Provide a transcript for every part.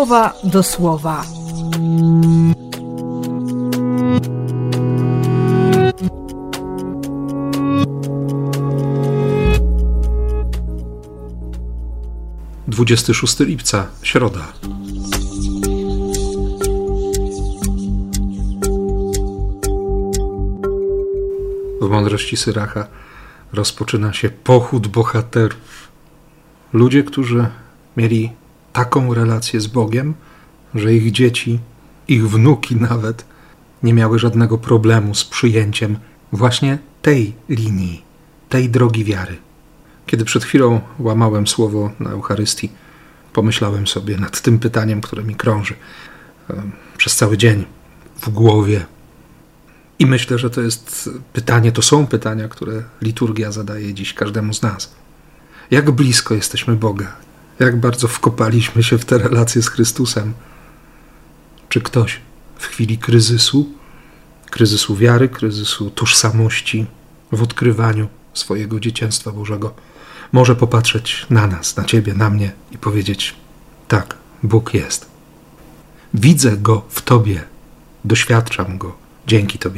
słowa do słowa. Dwudziesty 26 lipca, środa. W mądrości Syracha rozpoczyna się pochód bohaterów. Ludzie, którzy mieli taką relację z Bogiem, że ich dzieci, ich wnuki nawet, nie miały żadnego problemu z przyjęciem właśnie tej linii, tej drogi wiary. Kiedy przed chwilą łamałem słowo na Eucharystii, pomyślałem sobie nad tym pytaniem, które mi krąży przez cały dzień w głowie. I myślę, że to są pytania, które liturgia zadaje dziś każdemu z nas. Jak blisko jesteśmy Boga? Jak bardzo wkopaliśmy się w te relacje z Chrystusem? Czy ktoś w chwili kryzysu wiary, kryzysu tożsamości, w odkrywaniu swojego dzieciństwa Bożego, może popatrzeć na nas, na Ciebie, na mnie i powiedzieć: tak, Bóg jest. Widzę Go w Tobie, doświadczam Go dzięki Tobie.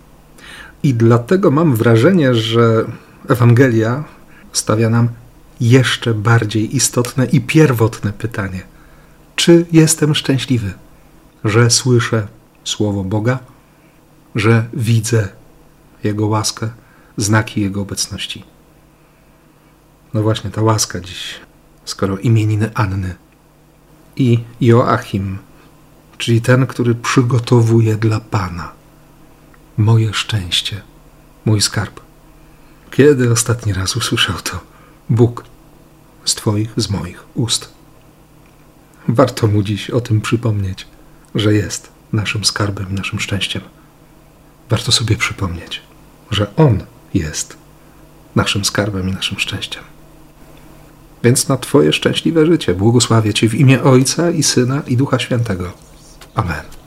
I dlatego mam wrażenie, że Ewangelia stawia nam jeszcze bardziej istotne i pierwotne pytanie. Czy jestem szczęśliwy, że słyszę słowo Boga, że widzę Jego łaskę, znaki Jego obecności? No właśnie, ta łaska dziś, skoro imieniny Anny i Joachim, czyli ten, który przygotowuje dla Pana moje szczęście, mój skarb. Kiedy ostatni raz usłyszał to Bóg z Twoich, z moich ust? Warto mu dziś o tym przypomnieć, że jest naszym skarbem, naszym szczęściem. Warto sobie przypomnieć, że On jest naszym skarbem i naszym szczęściem. Więc na Twoje szczęśliwe życie błogosławię Cię w imię Ojca i Syna i Ducha Świętego. Amen.